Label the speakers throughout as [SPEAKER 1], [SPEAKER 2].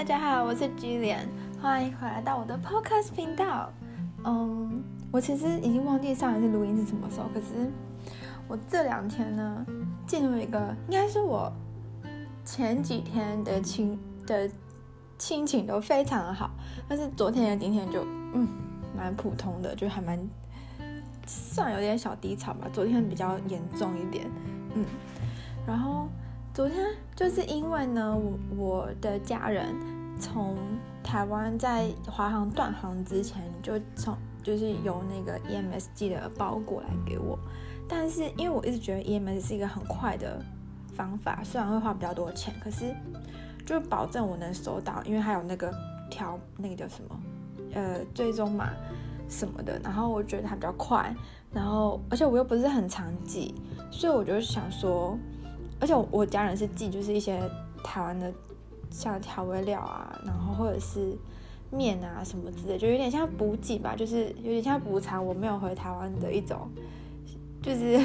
[SPEAKER 1] 家好，我是 Jillian， 欢迎回来到我的 Podcast 频道。我其实已经忘记上一次录音是什么时候，可是我这2天呢，进入一个应该是我前几天的心情都非常的好，但是昨天跟今天就蛮普通的，就还蛮算有点小低潮吧。昨天比较严重一点，然后昨天就是因为呢，我的家人从台湾在华航断航之前就是有那个 EMS 寄的包裹来给我，但是因为我一直觉得 EMS 是一个很快的方法，虽然会花比较多钱，可是就保证我能收到，因为还有那个那个叫什么追踪码什么的，然后我觉得它比较快，然后而且我又不是很常寄，所以我就想说，而且我家人是寄就是一些台湾的像调味料啊，然后或者是面啊什么之类，就有点像补给吧，就是有点像补偿我没有回台湾的一种，就是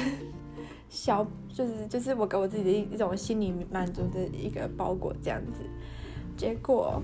[SPEAKER 1] 就是我给我自己的一种心理满足的一个包裹这样子。结果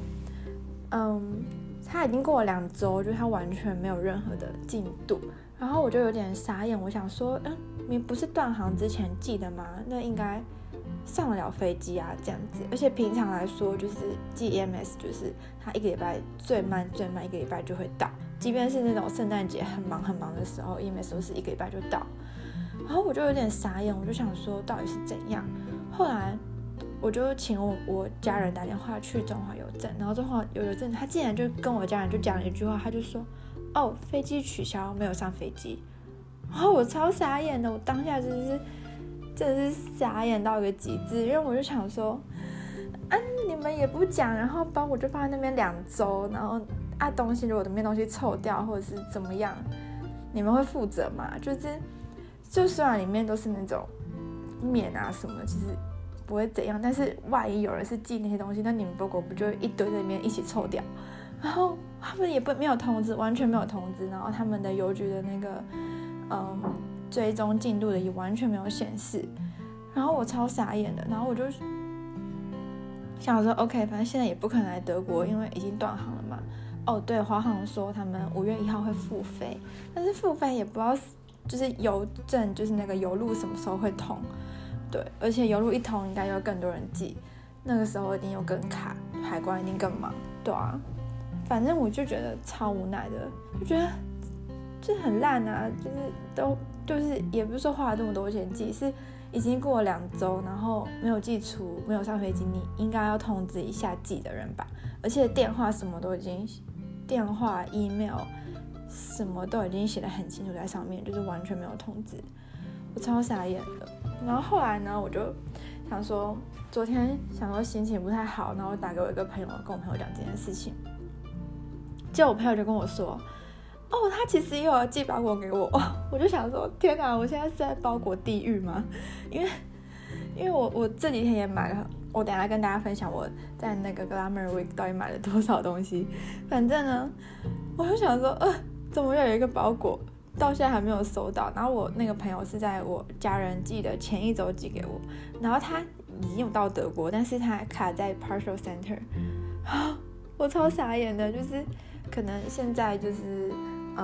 [SPEAKER 1] 它已经过了2周，就它完全没有任何的进度，然后我就有点傻眼，我想说你不是断航之前寄的吗？那应该上得了飞机啊这样子。而且平常来说就是寄 EMS 就是它1个礼拜最慢1个礼拜就会到，即便是那种圣诞节很忙的时候 EMS 都是1个礼拜就到。然后我就有点傻眼，我就想说到底是怎样。后来我就请我家人打电话去中华邮政，然后中華邮政他竟然就跟我家人就讲了一句话，他就说飞机取消，没有上飞机。然后我超傻眼的，我当下真的是傻眼到一个极致，因为我就想说你们也不讲，然后包裹就放在那边2周，然后东西如果里面东西臭掉或者是怎么样，你们会负责吗？就虽然里面都是那种面啊什么，其实不会怎样，但是万一有人是寄那些东西，那你们包裹不就会一堆在里面一起臭掉？然后他们也没有通知，完全没有通知，然后他们的邮局的那个追踪进度的也完全没有显示，然后我超傻眼的。然后我就想说 OK， 反正现在也不可能来德国，因为已经断航了嘛。对，华航说他们5月1号会复飞，但是复飞也不知道就是邮政就是那个邮路什么时候会通。对，而且邮路一通应该有更多人寄，那个时候一定又更卡，海关一定更忙。对啊，反正我就觉得超无奈的，就觉得就很烂啊，就是也不是说花了这么多钱寄，是已经过了2周，然后没有寄出，没有上飞机，你应该要通知一下寄的人吧。而且电话什么都已经，电话 email 什么都已经写得很清楚在上面，就是完全没有通知，我超傻眼的。然后后来呢，我就想说，昨天想说心情不太好，然后打给我一个朋友，跟我朋友讲这件事情。结果我朋友就跟我说，他其实也有寄包裹给我。我就想说，天哪，我现在是在包裹地狱吗？因为我这几天也买了，我等一下跟大家分享我在那个 Glamour Week 到底买了多少东西。反正呢，我就想说，怎么有一个包裹到现在还没有收到？然后我那个朋友是在我家人寄的前1周寄给我，然后他已经有到德国，但是他还卡在 Parcel Center。我超傻眼的，就是可能现在就是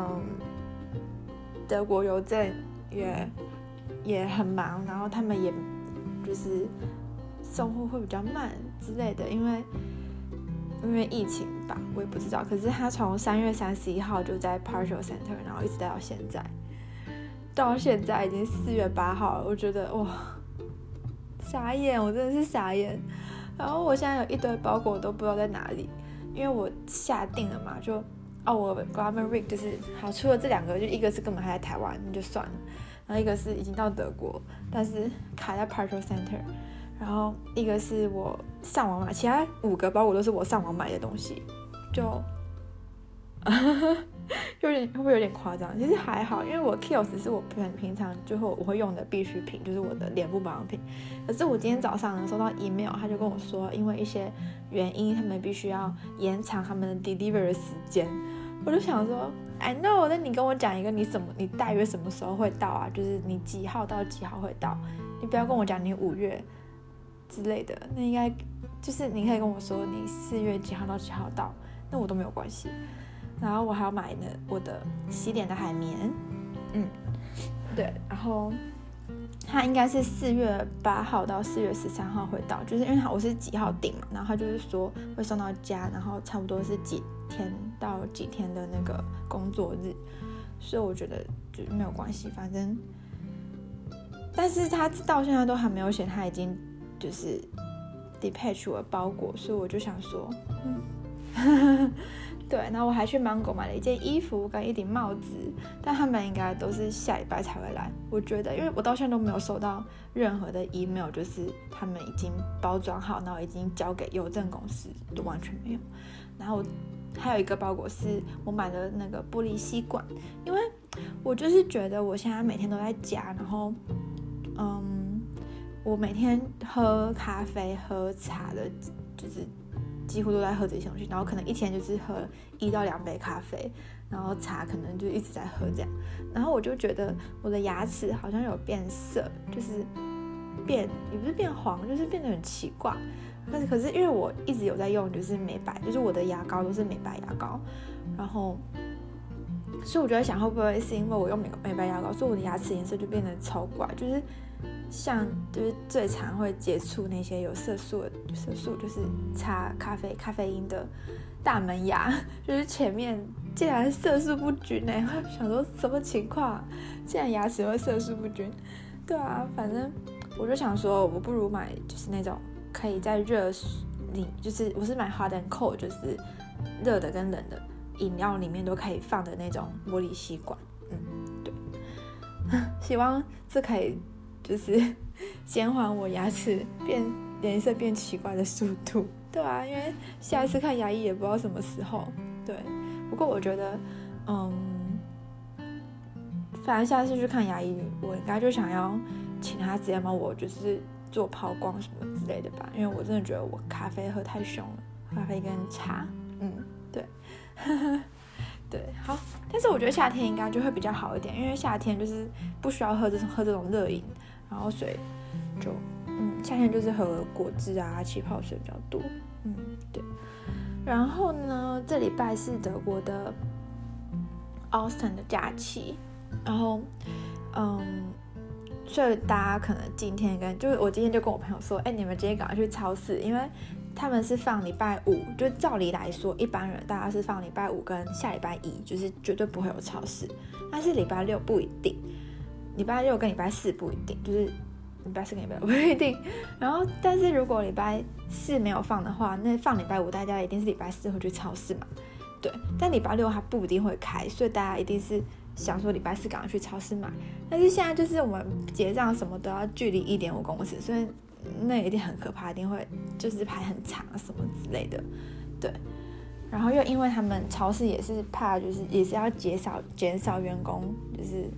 [SPEAKER 1] 德国邮政也很忙，然后他们也就是送货会比较慢之类的，因为疫情吧，我也不知道。可是他从3月31号就在 Parcel Center， 然后一直到现在已经4月8号了，我觉得哇，傻眼，我真的是傻眼。然后我现在有一堆包裹我都不知道在哪里，因为我下定了嘛，就我 Glamour Week 就是好，除了这2个，就一个是根本还在台湾，那就算了，然后一个是已经到德国，但是卡在 Parcel Center， 然后一个是我上网买，其他5个包裹都是我上网买的东西，就会不会有点夸张？其实还好，因为我 Kiehl's 是我平常我会用的必需品，就是我的脸部保养品。可是我今天早上呢收到 email， 他就跟我说，因为一些原因，他们必须要延长他们的 delivery 时间。我就想说 I know， 那你跟我讲一个你大约什么时候会到啊？就是你几号到几号会到？你不要跟我讲你5月之类的，那应该就是你可以跟我说你4月几号到几号到，那我都没有关系。然后我还要买我的洗脸的海绵，对，然后它应该是4月8号到4月13号会到，就是因为我是几号订嘛，然后他就是说会送到家，然后差不多是几天到几天的那个工作日，所以我觉得就没有关系，反正，但是他到现在都还没有写他已经就是 dispatch 我的包裹，所以我就想说，对，然后我还去 Mango 买了一件衣服跟一顶帽子，但他们应该都是下礼拜才会来。我觉得，因为我到现在都没有收到任何的 email， 就是他们已经包装好，然后已经交给邮政公司，都完全没有。然后还有一个包裹是我买的那个玻璃吸管，因为我就是觉得我现在每天都在家，然后我每天喝咖啡喝茶的，就是几乎都在喝这些东西，然后可能一天就是喝1到2杯咖啡，然后茶可能就一直在喝这样，然后我就觉得我的牙齿好像有变色，就是也不是变黄，就是变得很奇怪。可是因为我一直有在用就是美白，就是我的牙膏都是美白牙膏，然后所以我就在想会不会是因为我用美白牙膏，所以我的牙齿颜色就变得超怪，就是像就是最常会接触那些有色素就是擦咖啡因的大门牙，就是前面竟然色素不均想说什么情况竟然牙齿会色素不均。对啊，反正我就想说我不如买就是那种可以在热里，就是我是买 hot and cold， 就是热的跟冷的饮料里面都可以放的那种玻璃吸管。对，希望这可以就是减缓我牙齿颜色变奇怪的速度。对啊，因为下一次看牙医也不知道什么时候。对，不过我觉得反正下次去看牙医我应该就想要请他直接帮我就是做抛光什么之类的吧，因为我真的觉得我咖啡喝太凶了，咖啡跟茶。对对，好，但是我觉得夏天应该就会比较好一点，因为夏天就是不需要喝这种热饮，然后水就夏天就是喝果汁啊气泡水比较多。对，然后呢这礼拜是德国的 Ostern 的假期，然后所以大家可能今天就是我今天就跟我朋友说，你们今天赶快去超市，因为他们是放礼拜五，就照理来说一般人大家是放礼拜五跟下礼拜一，就是绝对不会有超市，但是礼拜六不一定，礼拜六跟礼拜四不一定，就是礼拜四跟礼拜五不一定。然后但是如果礼拜四没有放的话，那放礼拜五大家一定是礼拜四会去超市嘛。对，但礼拜六它不一定会开，所以大家一定是想说礼拜四赶快去超市买。但是现在就是我们结账什么都要距离1.5公尺，所以那一定很可怕，一定会就是排很长什么之类的。对，然后又因为他们超市也是怕，就是也是要减少员工就是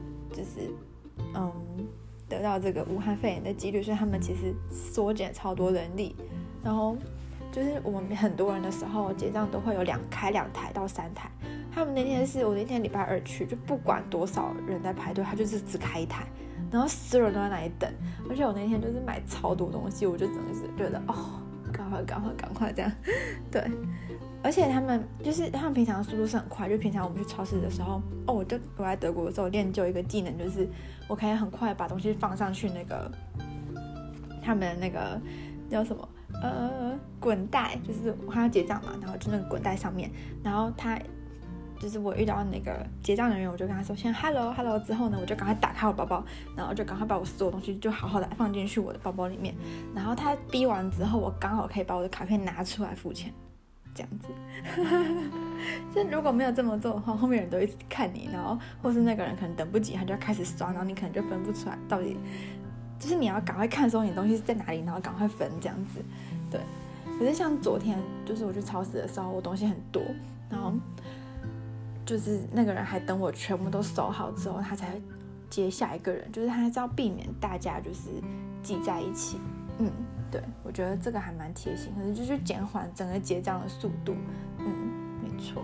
[SPEAKER 1] 得到这个武汉肺炎的几率，所以他们其实缩减超多人力。然后就是我们很多人的时候结账都会有开2台到3台，他们那天是我那天礼拜二去，就不管多少人在排队，他就是只开1台，然后所有人都在那里等。而且我那天就是买超多东西，我就真的是觉得赶快这样。对，而且他们平常的速度是很快，就平常我们去超市的时候，我在德国的时候练就一个技能，就是我可以很快把东西放上去那个他们那个叫什么滚带，就是我还要结账嘛，然后就那个滚带上面，然后他就是我遇到那个结账人员，我就跟他说先 hello 之后呢，我就赶快打开我包包，然后就赶快把我所有东西就好好的放进去我的包包里面，然后他逼完之后，我刚好可以把我的卡片拿出来付钱，这样子。就如果没有这么做的话，后面人都一直看你，然后或是那个人可能等不及，他就要开始刷，然后你可能就分不出来到底，就是你要赶快看说你的东西是在哪里，然后赶快分这样子。对，可是像昨天就是我去超市的时候，我东西很多，然后就是那个人还等我全部都收好之后，他才接下一个人，就是他还是要避免大家就是挤在一起。对，我觉得这个还蛮贴心，可是就是减缓整个结账的速度。没错。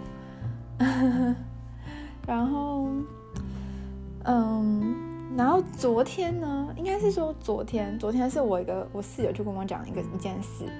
[SPEAKER 1] 然后昨天呢，应该是说昨天是我室友就跟我讲一件事，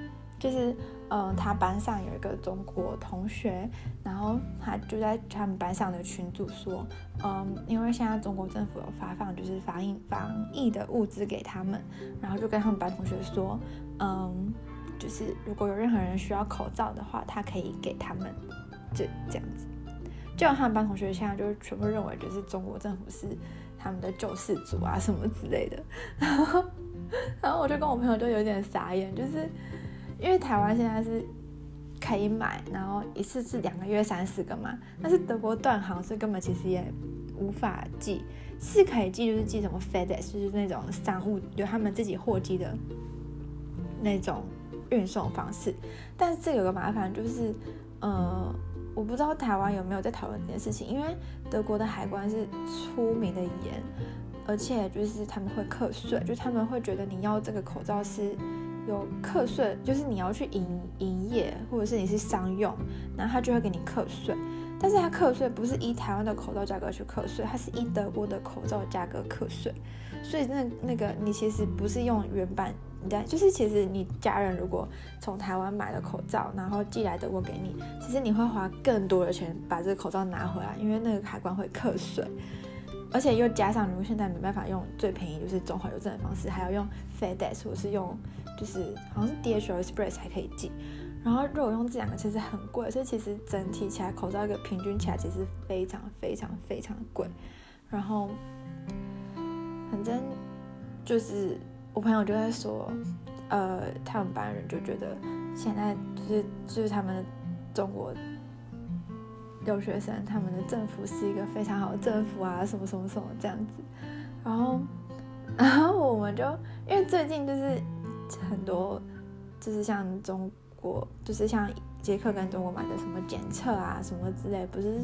[SPEAKER 1] 就是他班上有一个中国同学，然后他就在他们班上的群组说，因为现在中国政府有发放就是防疫的物资给他们，然后就跟他们班同学说，就是如果有任何人需要口罩的话，他可以给他们，这样子。就他们班同学现在就全部认为就是中国政府是他们的救世主啊什么之类的，然后我就跟我朋友就有点傻眼，就是因为台湾现在是可以买，然后一次是2个月30个嘛，但是德国断航，所以根本其实也无法寄，是可以寄，就是寄什么 FedEx， 就是那种商务有他们自己货机的那种运送方式，但是这有个麻烦就是我不知道台湾有没有在讨论这件事情，因为德国的海关是出名的严，而且就是他们会课税，就他们会觉得你要这个口罩是有课税，就是你要去营业或者是你是商用，然后他就会给你课税，但是他课税不是依台湾的口罩价格去课税，他是依德国的口罩价格课税，所以那个你其实不是用原版。就是其实你家人如果从台湾买了口罩，然后寄来德国给你，其实你会花更多的钱把这个口罩拿回来，因为那个海关会课税，而且又加上如果现在没办法用最便宜就是中华邮政的方式，还要用 FedEx 或是用就是好像是 DHL Express 才可以寄，然后如果用这2个其实很贵，所以其实整体起来口罩一个平均起来其实非常非常非常贵，然后反正就是我朋友就在说，他们班人就觉得现在就是他们的中国留学生，他们的政府是一个非常好的政府啊，什么什么什么这样子。然后我们就因为最近就是很多就是像中国，就是像捷克跟中国买的什么检测啊什么之类，不是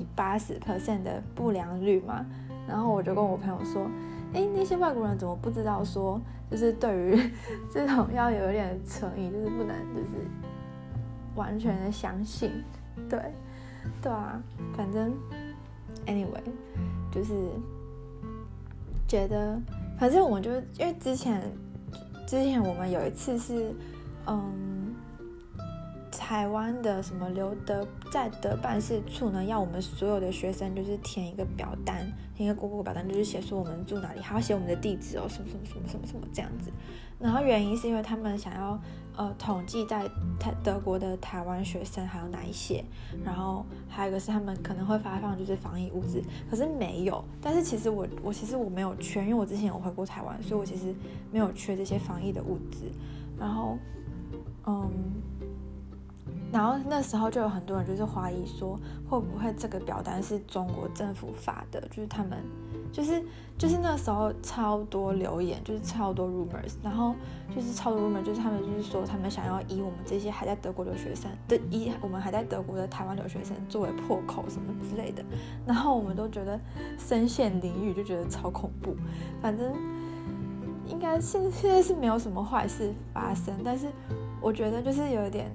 [SPEAKER 1] 80% 的不良率嘛？然后我就跟我朋友说，那些外国人怎么不知道说，就是对于这种要有一点诚意，就是不能就是完全的相信，对啊，反正 anyway 就是觉得，反正我们就因为之前我们有一次是台湾的什么在德办事处呢，要我们所有的学生就是填一个表单，填一个Google表单，就是写说我们住哪里，还要写我们的地址哦，什么什么什么什么什么这样子。然后原因是因为他们想要统计在德国的台湾学生还有哪一些，然后还有一个是他们可能会发放就是防疫物资，可是没有。但是其实我没有缺，因为我之前有回过台湾，所以我其实没有缺这些防疫的物资。然后那时候就有很多人就是怀疑说，会不会这个表单是中国政府发的，就是他们就是那时候超多留言，就是超多 rumors， 然后就是超多 rumors， 就是他们就是说他们想要以我们这些还在德国留学生以我们还在德国的台湾留学生作为破口什么之类的，然后我们都觉得身陷囹圄，就觉得超恐怖。反正应该现在是没有什么坏事发生，但是我觉得就是有点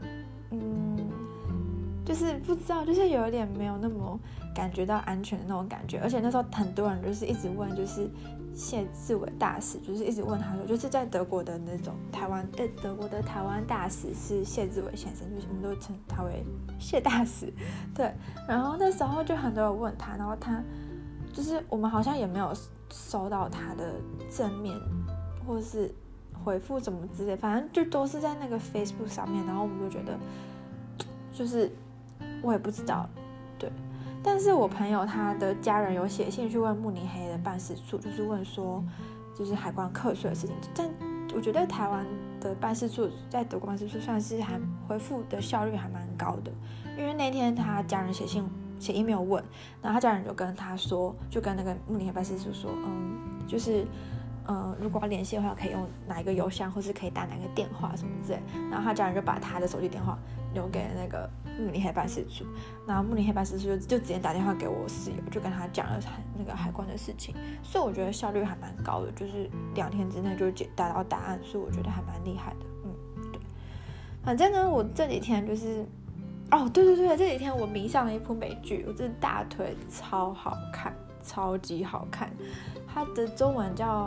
[SPEAKER 1] 就是不知道，就是有一点没有那么感觉到安全的那种感觉。而且那时候很多人就是一直问，就是谢志伟大使，就是一直问他说，就是在德国的那种德国的台湾大使是谢志伟先生，就是我们都称他为谢大使，对。然后那时候就很多人问他，然后他就是我们好像也没有收到他的正面或是回复什么之类，反正就都是在那个 Facebook 上面，然后我们就觉得就是我也不知道，对。但是我朋友他的家人有写信去问慕尼黑的办事处，就是问说就是海关课税的事情。但我觉得台湾的办事处在德国办事处算是还回复的效率还蛮高的，因为那天他家人写 email 问，然后他家人就跟他说，就跟那个慕尼黑办事处说，就是如果要联系的话可以用哪一个邮箱，或是可以打哪个电话什么之类，然后他家人就把他的手机电话留给那个慕尼黑办事处，然后慕尼黑办事处就直接打电话给我室友，就跟他讲了那个海关的事情，所以我觉得效率还蛮高的，就是2天之内就达到答案，所以我觉得还蛮厉害的。对。反正呢，我这几天就是对，这几天我迷上了一部美剧，我真的大推，超好看，超级好看。它的中文叫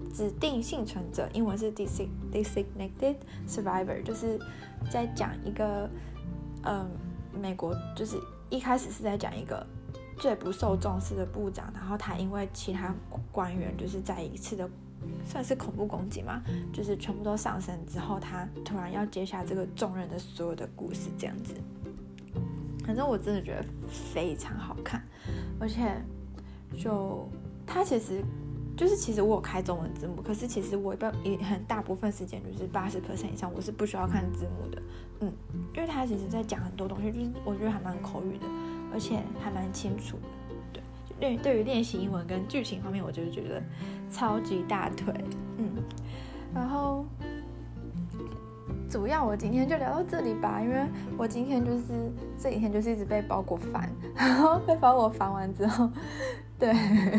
[SPEAKER 1] 指定幸存者，英文是 designated survivor， 就是在讲一个美国就是一开始是在讲一个最不受重视的部长，然后他因为其他官员就是在一次的算是恐怖攻击嘛，就是全部都上身之后，他突然要接下这个重任的所有的故事这样子。反正我真的觉得非常好看，而且就它其实我有开中文字幕，可是其实我很大部分时间就是80% 以上我是不需要看字幕的，因为它其实在讲很多东西，就是我觉得还蛮口语的，而且还蛮清楚的。对于练习英文跟剧情方面，我就是觉得超级大腿，然后主要我今天就聊到这里吧，因为我今天这几天就是一直被包裹烦，然后被包裹烦完之后，对，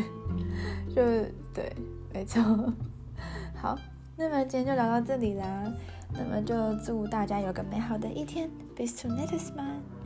[SPEAKER 1] 对，没错。好，那么今天就聊到这里啦，那么就祝大家有个美好的一天 ，Bis zum nächsten Mal。